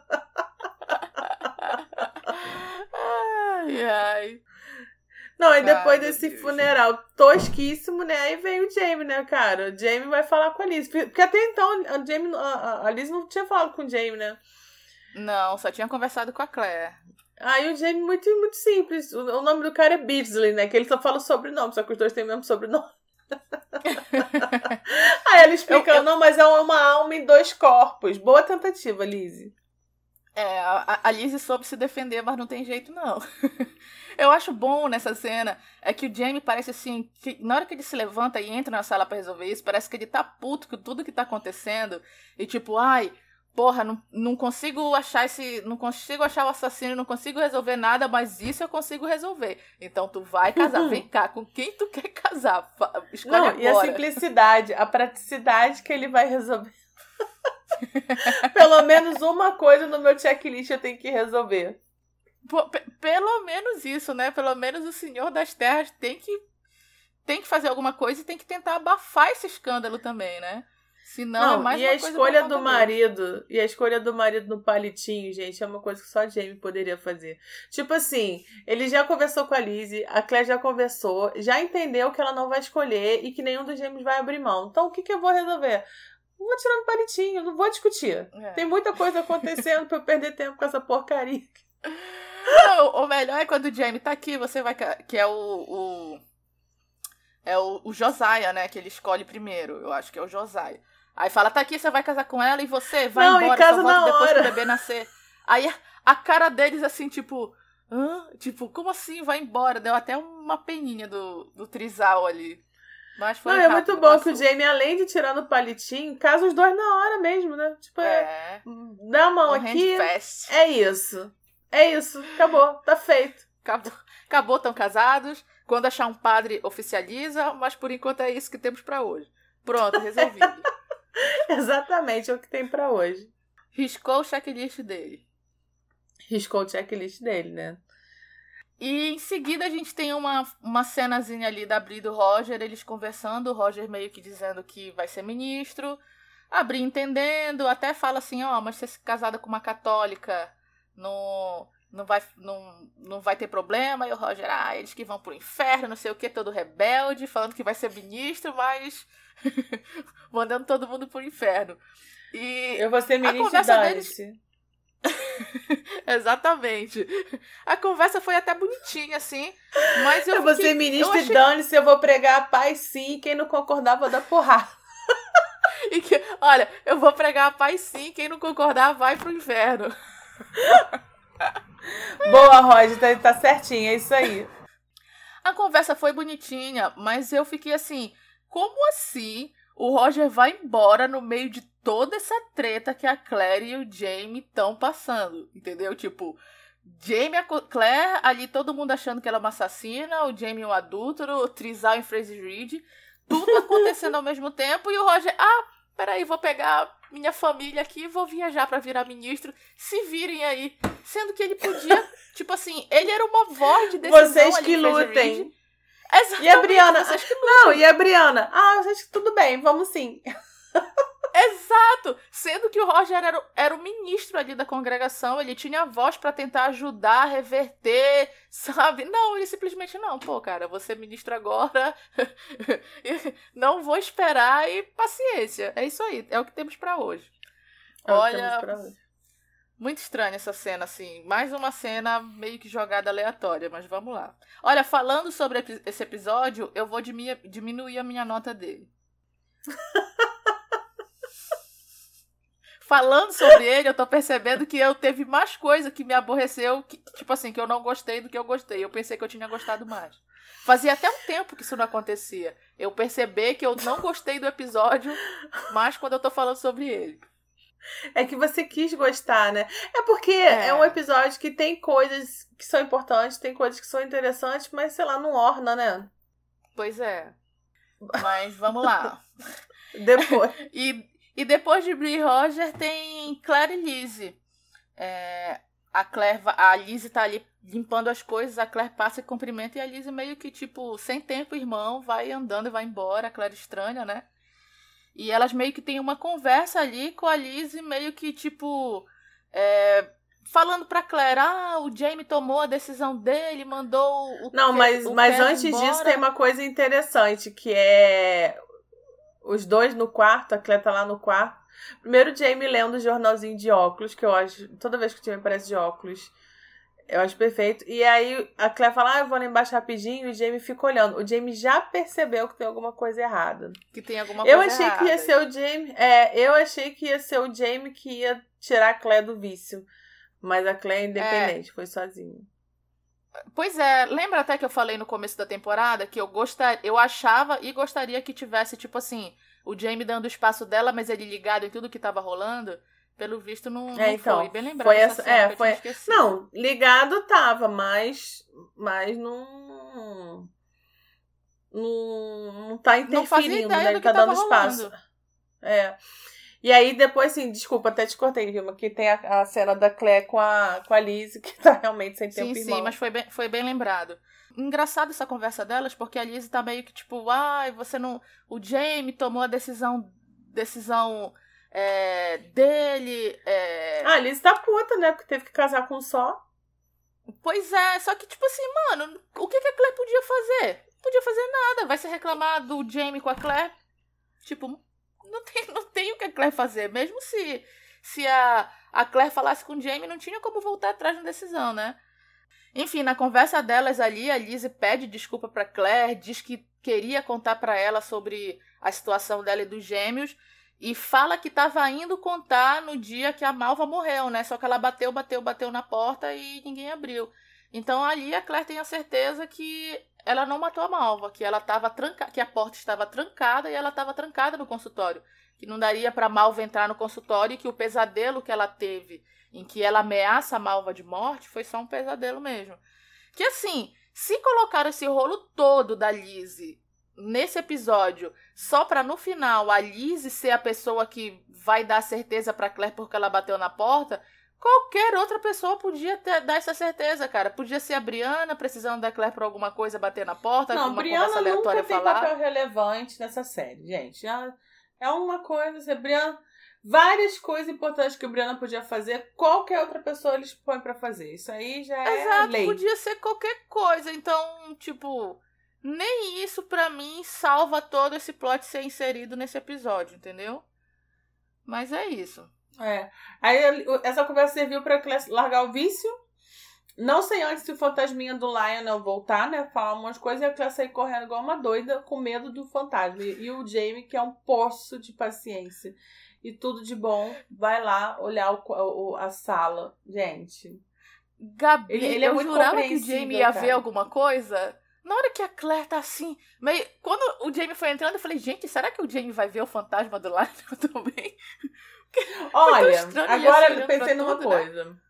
Ai, ai. Não, e depois ai, desse funeral tosquíssimo, né, aí veio o Jamie, né, cara? O Jamie vai falar com a Lizzie. Porque até então a, Jamie, a, a Lizzie não tinha falado com o Jamie, né? Não, só tinha conversado com a Claire. Aí o Jamie, muito, muito simples. O, o nome do cara é Beardsley, né? Que ele só fala o sobrenome, só que os dois têm o mesmo sobrenome. Aí ela explica, eu, eu... não, mas é uma alma em dois corpos. Boa tentativa, Lizzie. É, a, a Lizzie soube se defender, mas não tem jeito, não. Eu acho bom nessa cena é que o Jamie parece assim, que na hora que ele se levanta e entra na sala pra resolver isso, parece que ele tá puto com tudo que tá acontecendo. E tipo, ai... Porra, não, não consigo achar esse. Não consigo achar o assassino, não consigo resolver nada, mas isso eu consigo resolver. Então tu vai casar. Vem cá, com quem tu quer casar? Escolhe não, agora. E a simplicidade, a praticidade que ele vai resolver. Pelo menos uma coisa no meu checklist eu tenho que resolver. P- p- pelo menos isso, né? Pelo menos o Senhor das Terras tem que, tem que fazer alguma coisa e tem que tentar abafar esse escândalo também, né? Senão não, é mais e uma a coisa escolha do marido, e a escolha do marido no palitinho, gente, é uma coisa que só a Jamie poderia fazer. Tipo assim, ele já conversou com a Lizzie, a Claire já conversou, já entendeu que ela não vai escolher e que nenhum dos gêmeos vai abrir mão. Então, o que, que eu vou resolver? Não vou tirar no palitinho, não vou discutir. É. Tem muita coisa acontecendo pra eu perder tempo com essa porcaria. Não, o melhor é quando o Jamie tá aqui, você vai... Que é o... o é o, o Josiah, né? Que ele escolhe primeiro. Eu acho que é o Josiah. Aí fala, tá aqui, você vai casar com ela e você vai não, embora, casa só volta na depois hora. que o bebê nascer. Aí a cara deles assim, tipo... Hã? Tipo, como assim? Vai embora. Deu até uma peninha do, do trisal ali. Mas foi Não, é rápido, muito bom passou. que o Jamie, além de tirar no palitinho, casa os dois na hora mesmo, né? Tipo, é... É. Dá a mão Um aqui, handfast. é isso. É isso, acabou, tá feito. Acabou, acabou, tão casados. Quando achar um padre, oficializa. Mas por enquanto é isso que temos pra hoje. Pronto, resolvido. Exatamente, é o que tem pra hoje. Riscou o checklist dele. Riscou o checklist dele, né? E em seguida a gente tem uma, uma cenazinha ali da Bri e do Roger, eles conversando, o Roger meio que dizendo que vai ser ministro, a Bri entendendo, até fala assim, ó, oh, mas ser casada com uma católica não, não, vai, não, não vai ter problema, e o Roger, ah, eles que vão pro inferno, não sei o que, todo rebelde, falando que vai ser ministro, mas mandando todo mundo pro inferno. E eu vou ser ministro, a conversa deles... deles... Exatamente. A conversa foi até bonitinha, assim. Mas eu, eu vou fiquei, ser ministro eu achei... e dane-se, eu vou pregar a paz sim. Quem não concordar, vou dar porrada. E que, olha, eu vou pregar a paz sim. Quem não concordar, vai pro inferno. Boa, Roger, tá, tá certinho, é isso aí. A conversa foi bonitinha, mas eu fiquei assim, como assim o Roger vai embora no meio de toda essa treta que a Claire e o Jamie estão passando, entendeu? Tipo, Jamie e a Claire, ali todo mundo achando que ela é uma assassina, o Jamie um adúltero, o Trizal em Fraser Reed, tudo acontecendo ao mesmo tempo, e o Roger, ah, peraí, vou pegar minha família aqui e vou viajar pra virar ministro, se virem aí. Sendo que ele podia, tipo assim, ele era uma voz de decisão. Vocês ali que em Fraser lutem. Reed. Exatamente, E a Brianna, vocês que lutem. não, e a Brianna, ah, vocês, tudo bem, vamos sim. Exato! Sendo que o Roger era, era o ministro ali da congregação, ele tinha voz pra tentar ajudar, reverter, sabe? Não, ele simplesmente não. Pô, cara, vou ser ministro agora, não vou esperar e paciência. É isso aí, é o que temos pra hoje. É Olha, pra hoje. Muito estranha essa cena, assim. Mais uma cena meio que jogada aleatória, mas vamos lá. Olha, falando sobre esse episódio, eu vou diminuir a minha nota dele. Falando sobre ele, eu tô percebendo que eu teve mais coisa que me aborreceu, que, tipo assim, que eu não gostei do que eu gostei. Eu pensei que eu tinha gostado mais. Fazia até um tempo que isso não acontecia. Eu percebi que eu não gostei do episódio, mais quando eu tô falando sobre ele. É que você quis gostar, né? É porque é. é um episódio que tem coisas que são importantes, tem coisas que são interessantes, mas, sei lá, não orna, né? Pois é. Mas vamos lá. Depois. e... E depois de Bri e Roger tem Claire e Lizzie. É, a, Claire, a Lizzie tá ali limpando as coisas, a Claire passa e cumprimenta, e a Lizzie meio que, tipo, sem tempo, irmão, vai andando e vai embora. A Claire estranha, né? E elas meio que têm uma conversa ali com a Lizzie, meio que, tipo, é, falando pra Claire, ah, o Jamie tomou a decisão dele, mandou o Não, Ke- mas, o mas Kevin antes embora. disso tem uma coisa interessante, que é... Os dois no quarto, a Claire tá lá no quarto. Primeiro o Jamie lendo o jornalzinho de óculos, que eu acho... Toda vez que o Jamie aparece de óculos, eu acho perfeito. E aí a Claire fala, ah, eu vou lá embaixo rapidinho, e o Jamie fica olhando. O Jamie já percebeu que tem alguma coisa errada. Que tem alguma eu coisa achei errada. que ia ser o Jamie... É, eu achei que ia ser o Jamie que ia tirar a Claire do vício. Mas a Claire é independente, é. Foi sozinha. Pois é, lembra até que eu falei no começo da temporada que eu gostaria, eu achava e gostaria que tivesse, tipo assim, o Jamie dando espaço dela, mas ele ligado em tudo que tava rolando. Pelo visto, não, é, não então, foi. Bem lembrado foi essa essa, cena é, que eu foi, tinha esquecido. Não, ligado tava, mas, mas não, não, não tá interferindo, não fazia ideia né? do Ele que tá dando rolando. espaço. É. E aí, depois, assim, desculpa, até te cortei, Vilma, que tem a, a cena da Claire com a, com a Lizzie, que tá realmente sem tempo, Sim, irmão. sim, mas foi bem, foi bem lembrado. Engraçado essa conversa delas, porque a Lizzie tá meio que tipo, ai, você não... O Jamie tomou a decisão, decisão é, dele... É... Ah, a Lizzie tá puta, né, porque teve que casar com um só. Pois é, só que tipo assim, mano, o que, que a Claire podia fazer? Não podia fazer nada, vai se reclamar do Jamie com a Claire? Tipo... Não tem, não tem o que a Claire fazer. Mesmo se, se a, a Claire falasse com o Jamie, não tinha como voltar atrás na decisão, né? Enfim, na conversa delas ali, a Lizzie pede desculpa pra Claire, diz que queria contar pra ela sobre a situação dela e dos gêmeos. e fala que tava indo contar no dia que a Malva morreu, né? Só que ela bateu, bateu, bateu na porta e ninguém abriu. Então ali a Claire tem a certeza que ela não matou a Malva, que ela tava tranca... que a porta estava trancada e ela estava trancada no consultório. Que não daria pra Malva entrar no consultório e que o pesadelo que ela teve, em que ela ameaça a Malva de morte, foi só um pesadelo mesmo. Que assim, se colocar esse rolo todo da Lizzie nesse episódio, só pra no final a Lizzie ser a pessoa que vai dar certeza pra Claire porque ela bateu na porta, qualquer outra pessoa podia ter, dar essa certeza, cara. Podia ser a Brianna precisando da Claire pra alguma coisa bater na porta, não, uma Brianna conversa aleatória nunca falar. tem papel relevante nessa série, gente. Ela é uma coisa, assim, Brianna, várias coisas importantes que a Brianna podia fazer, qualquer outra pessoa eles põem pra fazer. Isso aí já é Exato, lei. podia ser qualquer coisa. Então, tipo, nem isso pra mim salva todo esse plot ser inserido nesse episódio, entendeu? Mas é isso. É. Aí essa conversa serviu pra largar o vício. Não sei antes se o fantasminha do Lionel voltar, né? Falar um monte de coisa e a Claire sair correndo igual uma doida com medo do fantasma. E, e o Jamie, que é um poço de paciência e tudo de bom, vai lá olhar o, o, a sala. Gente. Gabi, ele, ele é eu muito jurava que o Jamie ia cara. ver alguma coisa. Na hora que a Claire tá assim, meio... quando o Jamie foi entrando, eu falei, gente, será que o Jamie vai ver o fantasma do Lionel também? Olha, agora eu pensei numa tudo, coisa. Né?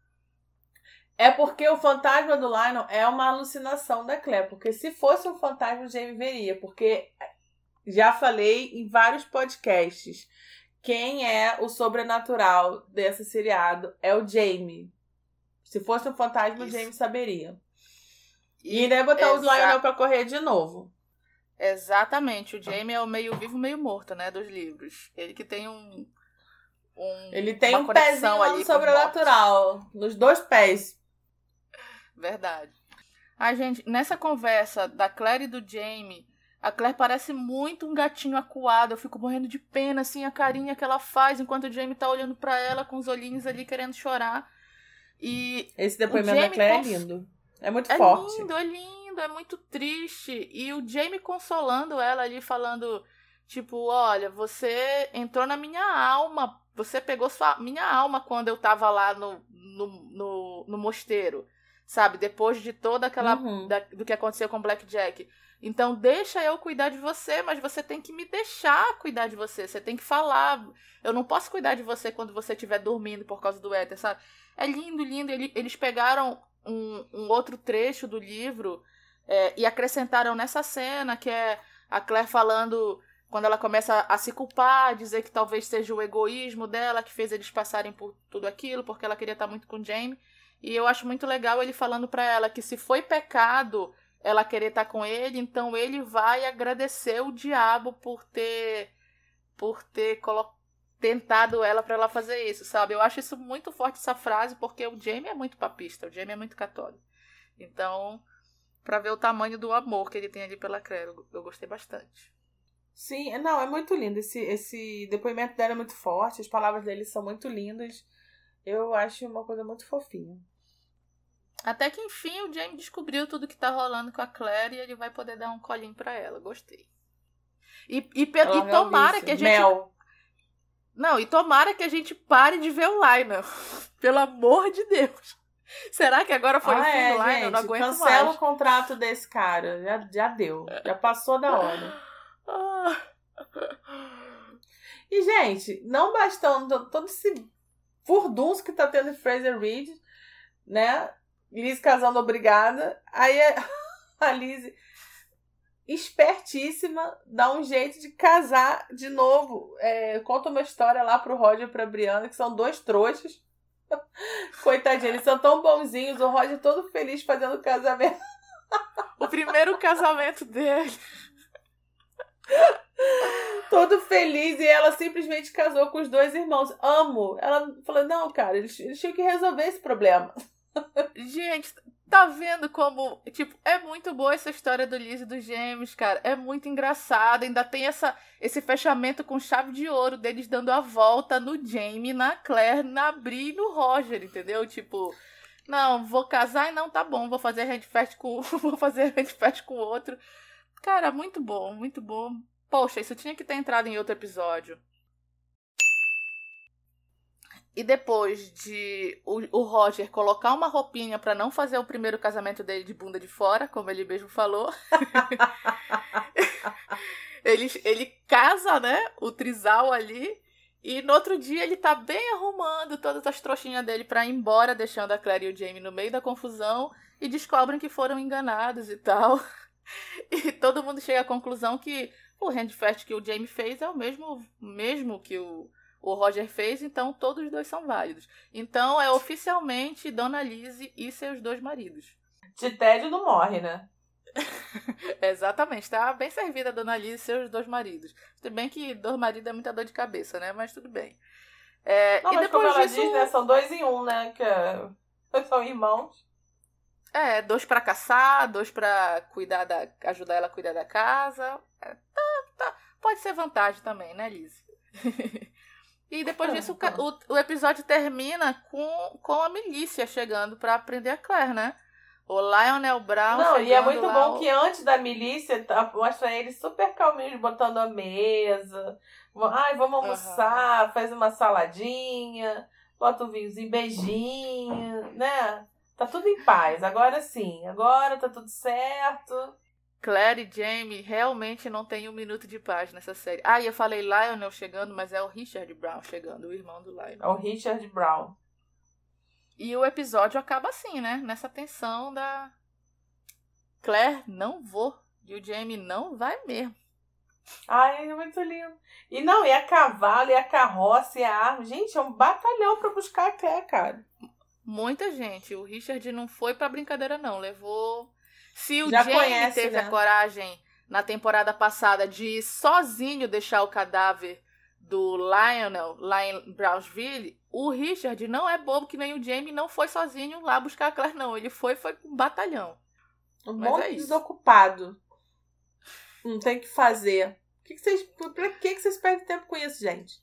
É porque o fantasma do Lionel é uma alucinação da Claire. Porque se fosse um fantasma, o Jamie veria. Porque já falei em vários podcasts. Quem é o sobrenatural desse seriado é o Jamie. Se fosse um fantasma, Isso. o Jamie saberia. E, e ainda ia botar Exa- o Lionel pra correr de novo. Exatamente. O Jamie é o meio vivo, meio morto, né? Dos livros. Ele que tem um... um Ele tem um pezinho lá no sobrenatural. Nos dois pés. Verdade. Ai, gente, nessa conversa da Claire e do Jamie, a Claire parece muito um gatinho acuado. Eu fico morrendo de pena, assim, a carinha que ela faz enquanto o Jamie tá olhando pra ela com os olhinhos ali querendo chorar. E esse depoimento da Claire cons... é lindo. É muito é forte. É lindo, é lindo, é muito triste. E o Jamie consolando ela ali, falando, tipo, olha, você entrou na minha alma. Você pegou sua, minha alma quando eu tava lá no, no, no, no mosteiro. Sabe? Depois de toda aquela... Uhum. Da, do que aconteceu com o Blackjack. Então, deixa eu cuidar de você, mas você tem que me deixar cuidar de você. Você tem que falar. Eu não posso cuidar de você quando você estiver dormindo por causa do éter, sabe? É lindo, lindo. Eles pegaram um, um outro trecho do livro é, e acrescentaram nessa cena, que é a Claire falando... Quando ela começa a se culpar, dizer que talvez seja o egoísmo dela que fez eles passarem por tudo aquilo, porque ela queria estar muito com o Jamie. E eu acho muito legal ele falando pra ela que se foi pecado ela querer estar com ele, então ele vai agradecer o diabo por ter por ter colo- tentado ela pra ela fazer isso, sabe? Eu acho isso muito forte, essa frase, porque o Jamie é muito papista, o Jamie é muito católico. Então, pra ver o tamanho do amor que ele tem ali pela Claire, eu, eu gostei bastante. Sim, não, é muito lindo. Esse, esse depoimento dela é muito forte, as palavras dele são muito lindas. Eu acho uma coisa muito fofinha. Até que, enfim, o Jamie descobriu tudo que tá rolando com a Claire e ele vai poder dar um colinho pra ela. Gostei. E, e, pe- e tomara que a gente... Mel. Não, e tomara que a gente pare de ver o Lionel. Pelo amor de Deus. Será que agora foi ah, o fim é, do Lionel? gente, Eu não aguento cancela mais. Cancela o contrato desse cara. Já, já deu. Já passou da hora. E, gente, não bastando todo esse furdunço que tá tendo em Fraser Reed, né? Liz casando obrigada. Aí a Liz, espertíssima, dá um jeito de casar de novo. É, conta uma história lá pro Roger e pra Brianna, que são dois trouxas. Coitadinho, eles são tão bonzinhos. O Roger todo feliz fazendo casamento. O primeiro casamento dele. Todo feliz, e ela simplesmente casou com os dois irmãos. Amo. Ela falou, não, cara, eles, eles tinham que resolver esse problema. Gente, tá vendo como, tipo, é muito boa essa história do Liz e dos gêmeos, cara. É muito engraçado. Ainda tem essa, esse fechamento com chave de ouro deles dando a volta no Jamie, na Claire, na Bri e no Roger, entendeu? Tipo, não, vou casar e não, tá bom, vou fazer handfest com vou fazer handfest com o outro. Cara, muito bom, muito bom. Poxa, isso tinha que ter entrado em outro episódio. E depois de o, o Roger colocar uma roupinha pra não fazer o primeiro casamento dele de bunda de fora, como ele mesmo falou, ele, ele casa, né, o trisal ali, e no outro dia ele tá bem arrumando todas as trouxinhas dele pra ir embora, deixando a Claire e o Jamie no meio da confusão, e descobrem que foram enganados e tal. E todo mundo chega à conclusão que o handfast que o Jamie fez é o mesmo, mesmo que o O Roger fez, então todos os dois são válidos. Então é oficialmente Dona Lizzie e seus dois maridos. De tédio não morre, né? Exatamente, tá bem servida a Dona Lizzie e seus dois maridos. Tudo bem que dois maridos é muita dor de cabeça, né? Mas tudo bem. É, não, e mas depois como ela disso, diz, né? São dois em um, né? Que é... são irmãos. É, dois pra caçar, dois pra cuidar da, ajudar ela a cuidar da casa. É, tá, tá. Pode ser vantagem também, né, Lizzie? E depois disso, o, o episódio termina com, com a milícia chegando pra prender a Claire, né? O Lionel Brown Não, chegando e é muito lá, bom o... que antes da milícia, mostra eles super calminhos, botando a mesa. Ai, vamos almoçar, uhum. Faz uma saladinha, bota um vinhozinho, beijinho, né? Tá tudo em paz. Agora sim, agora tá tudo certo. Claire e Jamie realmente não tem um minuto de paz nessa série. Ah, e eu falei Lionel chegando, mas é o Richard Brown chegando, o irmão do Lionel. É o Richard Brown. E o episódio acaba assim, né? Nessa tensão da Claire, não vou. E o Jamie, não vai mesmo. Ai, é muito lindo. E não, e a cavalo, e a carroça, e a árvore. Gente, é um batalhão pra buscar a Claire, cara. Muita gente. O Richard não foi pra brincadeira, não. Levou... Se o Já Jamie conhece, teve né? a coragem na temporada passada de sozinho deixar o cadáver do Lionel lá em Brownsville, o Richard não é bobo que nem o Jamie, não foi sozinho lá buscar a Claire, não. Ele foi, foi com um batalhão. Um Mas monte é de isso. desocupado. Não tem o que fazer. Por que, que vocês, pra que, que vocês perdem tempo com isso, gente?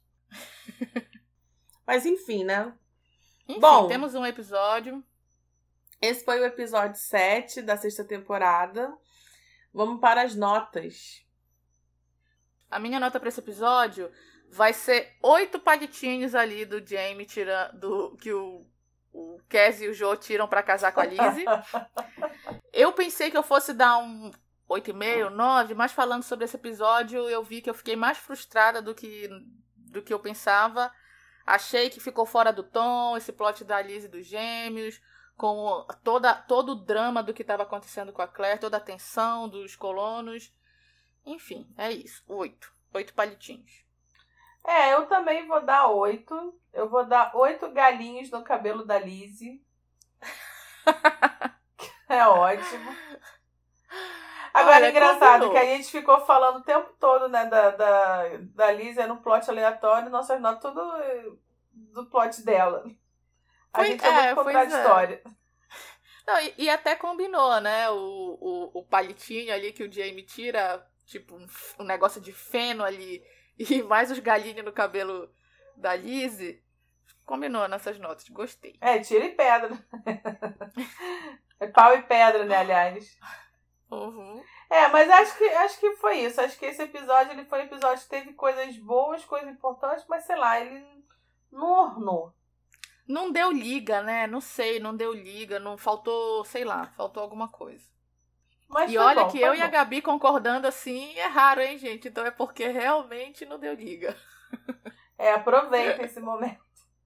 Mas enfim, né? Enfim, Bom, temos um episódio... Esse foi o episódio sete da sexta temporada. Vamos para as notas. A minha nota para esse episódio vai ser oito palitinhos ali do Jamie tirando, que o, o Cassie e o Joe tiram para casar com a Lizzie. Eu pensei que eu fosse dar um oito e meio, nove, mas falando sobre esse episódio, eu vi que eu fiquei mais frustrada do que, do que eu pensava. Achei que ficou fora do tom, esse plot da Lizzie e dos gêmeos, com toda, todo o drama do que estava acontecendo com a Claire, toda a tensão dos colonos. Enfim, é isso. Oito. Oito palitinhos. É, eu também vou dar oito. Eu vou dar oito galinhos no cabelo da Lizzie. É ótimo. Agora, é engraçado combinou. Que a gente ficou falando o tempo todo, né, da, da, da Lizzie no plot aleatório, nossas notas tudo do plot dela. A Foi, gente é, é muito contraditória. É. Não, e, e até combinou, né? O, o, o palitinho ali que o Jamie tira, tipo, um, um negócio de feno ali, e mais os galinhos no cabelo da Lizzie. Combinou nessas notas, gostei. É, tira e pedra. É pau e pedra, né, aliás. Uhum. É, mas acho que, acho que foi isso. Acho que esse episódio ele foi um episódio que teve coisas boas, coisas importantes, mas sei lá, ele não ornou. Não deu liga, né? Não sei, não deu liga, não faltou, sei lá, faltou alguma coisa. Mas e olha bom, que eu bom. e a Gabi concordando assim é raro, hein, gente? Então é porque realmente não deu liga. É, aproveita esse momento.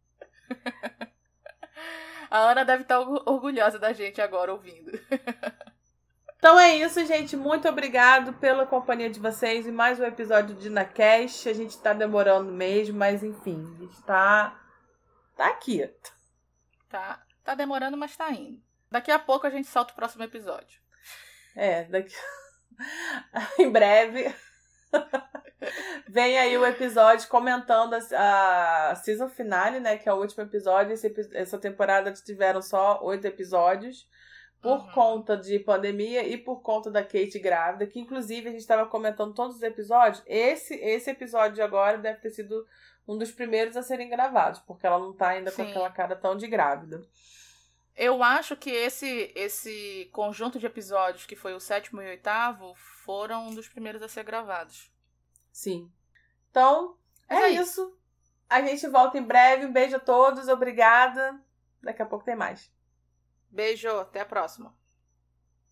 A Ana deve estar orgulhosa da gente agora ouvindo. Então é isso, gente. Muito obrigado pela companhia de vocês e mais um episódio de NaCast. A gente tá demorando mesmo, mas enfim, a gente tá, tá aqui. Tá, tá demorando, mas tá indo. Daqui a pouco a gente solta o próximo episódio. É, daqui... em breve vem aí o episódio comentando a, a season finale, né, que é o último episódio. Esse, essa temporada tiveram só oito episódios. Por uhum. conta de pandemia e por conta da Kate grávida, que inclusive a gente estava comentando todos os episódios. Esse, esse episódio de agora deve ter sido um dos primeiros a serem gravados, porque ela não tá ainda Sim. com aquela cara tão de grávida. Eu acho que esse, esse conjunto de episódios, que foi o sétimo e o oitavo, foram um dos primeiros a ser gravados. Sim. Então, é, é isso. A gente volta em breve. Um beijo a todos. Obrigada. Daqui a pouco tem mais. Beijo. Até a próxima.